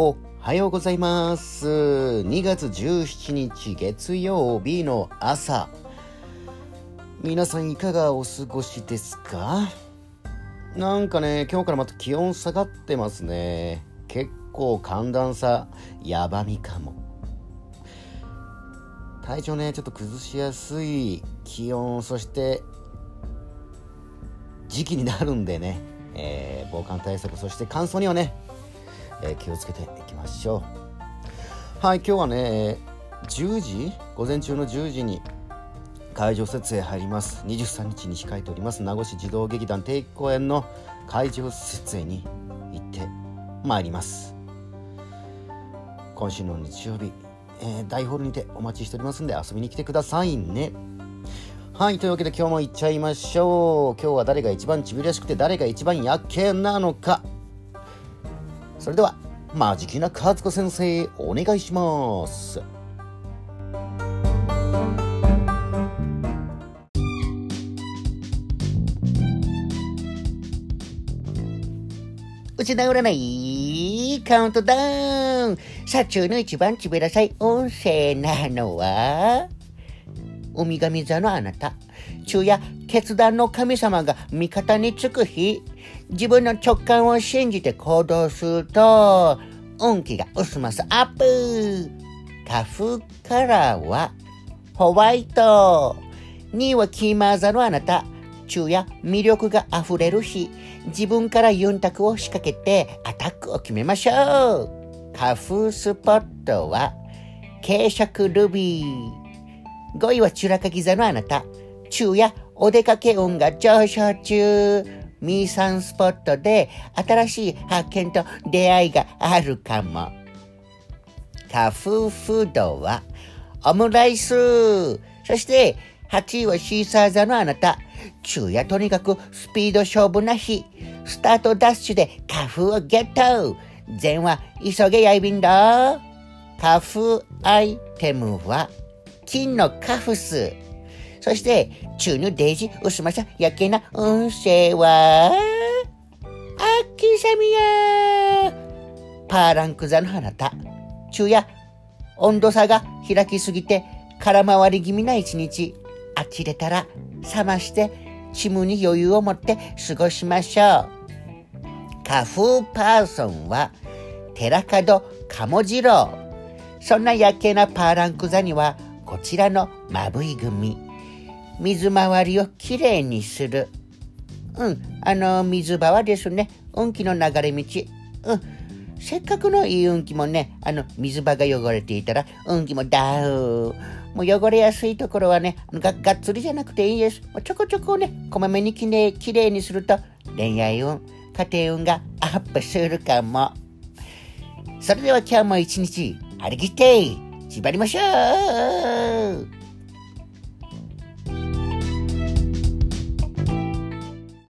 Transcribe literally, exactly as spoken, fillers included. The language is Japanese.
おはようございます。にがつじゅうしちにち月曜日の朝、皆さんいかがお過ごしですか？なんかね、今日からまた気温下がってますね。結構寒暖差やばみかも。体調ねちょっと崩しやすい気温、そして時期になるんでね、えー、防寒対策、そして乾燥にはね、えー、気をつけていきましょう。はい、今日はねじゅうじ、午前中のじゅうじに会場設営入ります。にじゅうさんにちに控えております名護市児童劇団定期公演の会場設営に行ってまいります。今週の日曜日、えー、大ホールにてお待ちしておりますんで遊びに来てくださいね。はい、というわけで今日も行っちゃいましょう。今日は誰が一番ちびらしくて誰が一番やっけなのか。それではマジキな和子先生お願いします。 うちな占いカウントダウン。社長の一番ちびらさい音声なのはウミガミ座のあなた。昼夜決断の神様が味方につく日、自分の直感を信じて行動すると運気が薄ますアップ。花粉カラーはホワイト。にいはキーマー座のあなた。昼夜魅力があふれる日、自分からユンタクを仕掛けてアタックを決めましょう。花粉スポットは軽食ルビー。ごいはチュラカギ座のあなた。昼夜お出かけ運が上昇中。ミーサンスポットで新しい発見と出会いがあるかも。花粉フードはオムライス。そしてはちいはシーサー座のあなた。昼夜とにかくスピード勝負な日、スタートダッシュで花粉をゲット。全は急げやいびんだ。花粉アイテムは金のカフス。そして中のデイジウスマサやけな運勢はアキサミヤ。パーランク座のあなた。昼夜温度差が開きすぎて空回り気味な一日、呆れたら冷ましてチムに余裕を持って過ごしましょう。花粉パーソンは寺門鴨次郎。そんなやけなパーランク座にはこちらのまぶい組。水回りをきれいにする。うんあの水場はですね、運気の流れ道。うんせっかくのいい運気もね、あの水場が汚れていたら運気もダウン。もう汚れやすいところはね、が, がっつりじゃなくていいです。ちょこちょこね、こまめにきれいきれいにすると恋愛運、家庭運がアップするかも。それでは今日も一日張り切って縛りましょう。